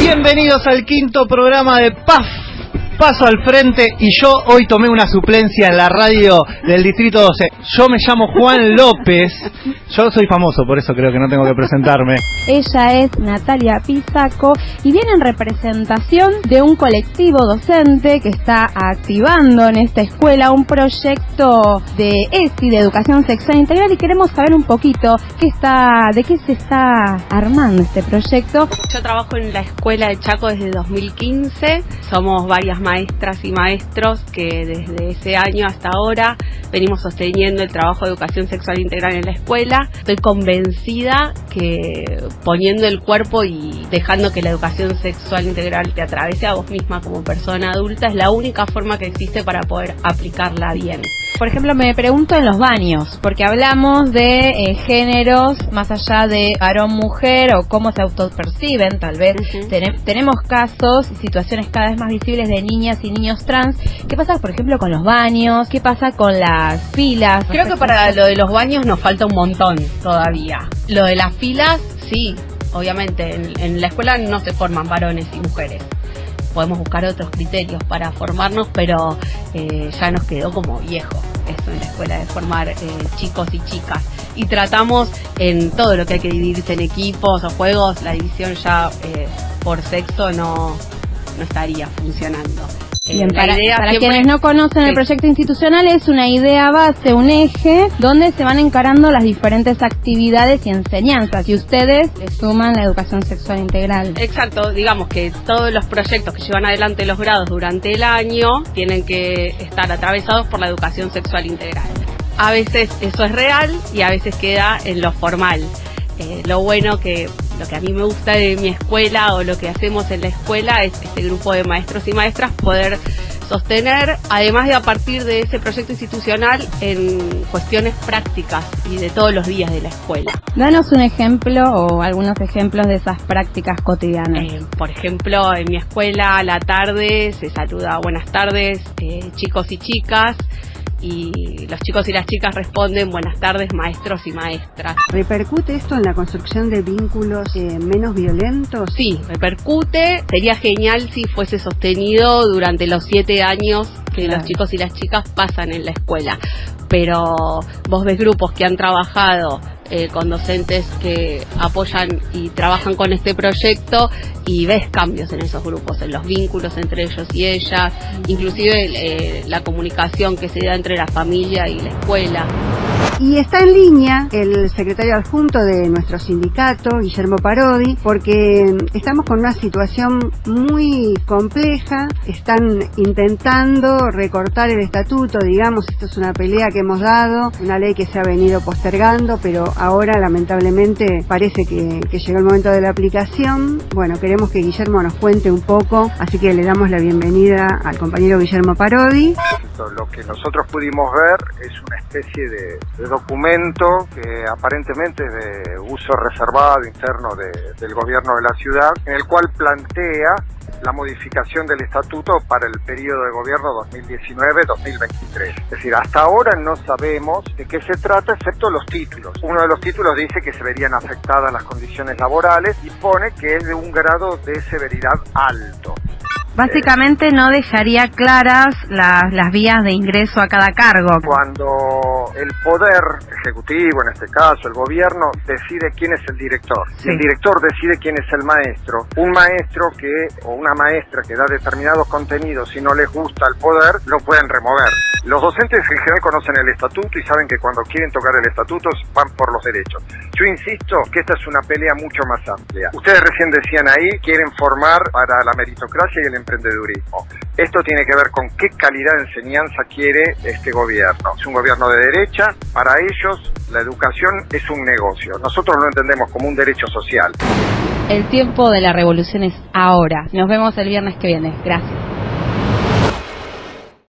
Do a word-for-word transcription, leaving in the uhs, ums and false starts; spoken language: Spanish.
Bienvenidos al quinto programa de P A F, Paso al Frente, y yo hoy tomé una suplencia en la radio del Distrito doce. Yo me llamo Juan López, yo soy famoso, por eso creo que no tengo que presentarme. Ella es Natalia Pisaco y viene en representación de un colectivo docente que está activando en esta escuela un proyecto de E S I, de Educación Sexual Integral, y queremos saber un poquito qué está, de qué se está armando este proyecto. Yo trabajo en la escuela de Chaco desde dos mil quince, somos varias maestras y maestros que desde ese año hasta ahora venimos sosteniendo el trabajo de educación sexual integral en la escuela. Estoy convencida que poniendo el cuerpo y dejando que la educación sexual integral te atravese a vos misma como persona adulta es la única forma que existe para poder aplicarla bien. Por ejemplo, me pregunto en los baños, porque hablamos de eh, géneros más allá de varón-mujer o cómo se autoperciben, tal vez. Uh-huh. Ten- tenemos casos y situaciones cada vez más visibles de niñas y niños trans. ¿Qué pasa, por ejemplo, con los baños? ¿Qué pasa con las filas? Creo que para lo de los baños nos falta un montón todavía. Lo de las filas, sí, obviamente, en, en la escuela no se forman varones y mujeres. Podemos buscar otros criterios para formarnos, pero eh, ya nos quedó como viejo eso en la escuela de formar eh, chicos y chicas. Y tratamos en todo lo que hay que dividirse en equipos o juegos, la división ya eh, por sexo no, no estaría funcionando. Bien, eh, para, idea para siempre... quienes no conocen sí. El proyecto institucional es una idea base, un eje, donde se van encarando las diferentes actividades y enseñanzas, y ustedes le suman la educación sexual integral. Exacto, digamos que todos los proyectos que llevan adelante los grados durante el año tienen que estar atravesados por la educación sexual integral. A veces eso es real y a veces queda en lo formal. Eh, lo bueno que lo que a mí me gusta de mi escuela o lo que hacemos en la escuela es este grupo de maestros y maestras poder sostener, además de a partir de ese proyecto institucional, en cuestiones prácticas y de todos los días de la escuela. Danos un ejemplo o algunos ejemplos de esas prácticas cotidianas. Eh, por ejemplo, en mi escuela a la tarde se saluda buenas tardes, eh, chicos y chicas, y los chicos y las chicas responden buenas tardes, maestros y maestras. ¿Repercute esto en la construcción de vínculos eh, menos violentos? Sí, repercute. Sería genial si fuese sostenido durante los siete años que claro. los chicos y las chicas pasan en la escuela. Pero vos ves grupos que han trabajado eh, con docentes que apoyan y trabajan con este proyecto y ves cambios en esos grupos, en los vínculos entre ellos y ellas, inclusive eh, la comunicación que se da entre la familia y la escuela. Y está en línea el secretario adjunto de nuestro sindicato, Guillermo Parodi, porque estamos con una situación muy compleja. Están intentando recortar el estatuto, digamos, esto es una pelea que hemos dado, una ley que se ha venido postergando, pero ahora lamentablemente parece que, que llegó el momento de la aplicación. Bueno, queremos que Guillermo nos cuente un poco, así que le damos la bienvenida al compañero Guillermo Parodi. Lo que nosotros pudimos ver es una especie de, de documento que aparentemente es de uso reservado interno de, del gobierno de la ciudad, en el cual plantea la modificación del estatuto para el periodo de gobierno dos mil diecinueve dos mil veintitrés. Es decir, hasta ahora no sabemos de qué se trata excepto los títulos. Uno de los títulos dice que se verían afectadas las condiciones laborales y pone que es de un grado de severidad alto. Básicamente no dejaría claras las, las vías de ingreso a cada cargo. Cuando el poder ejecutivo, en este caso el gobierno, decide quién es el director, sí. y el director decide quién es el maestro, un maestro que o una maestra que da determinados contenidos, si no les gusta al poder, lo pueden remover. Los docentes en general conocen el estatuto y saben que cuando quieren tocar el estatuto van por los derechos. Yo insisto que esta es una pelea mucho más amplia. Ustedes recién decían ahí, quieren formar para la meritocracia y el emprendedurismo. Esto tiene que ver con qué calidad de enseñanza quiere este gobierno. Es un gobierno de derecha, para ellos la educación es un negocio. Nosotros lo entendemos como un derecho social. El tiempo de la revolución es ahora. Nos vemos el viernes que viene. Gracias.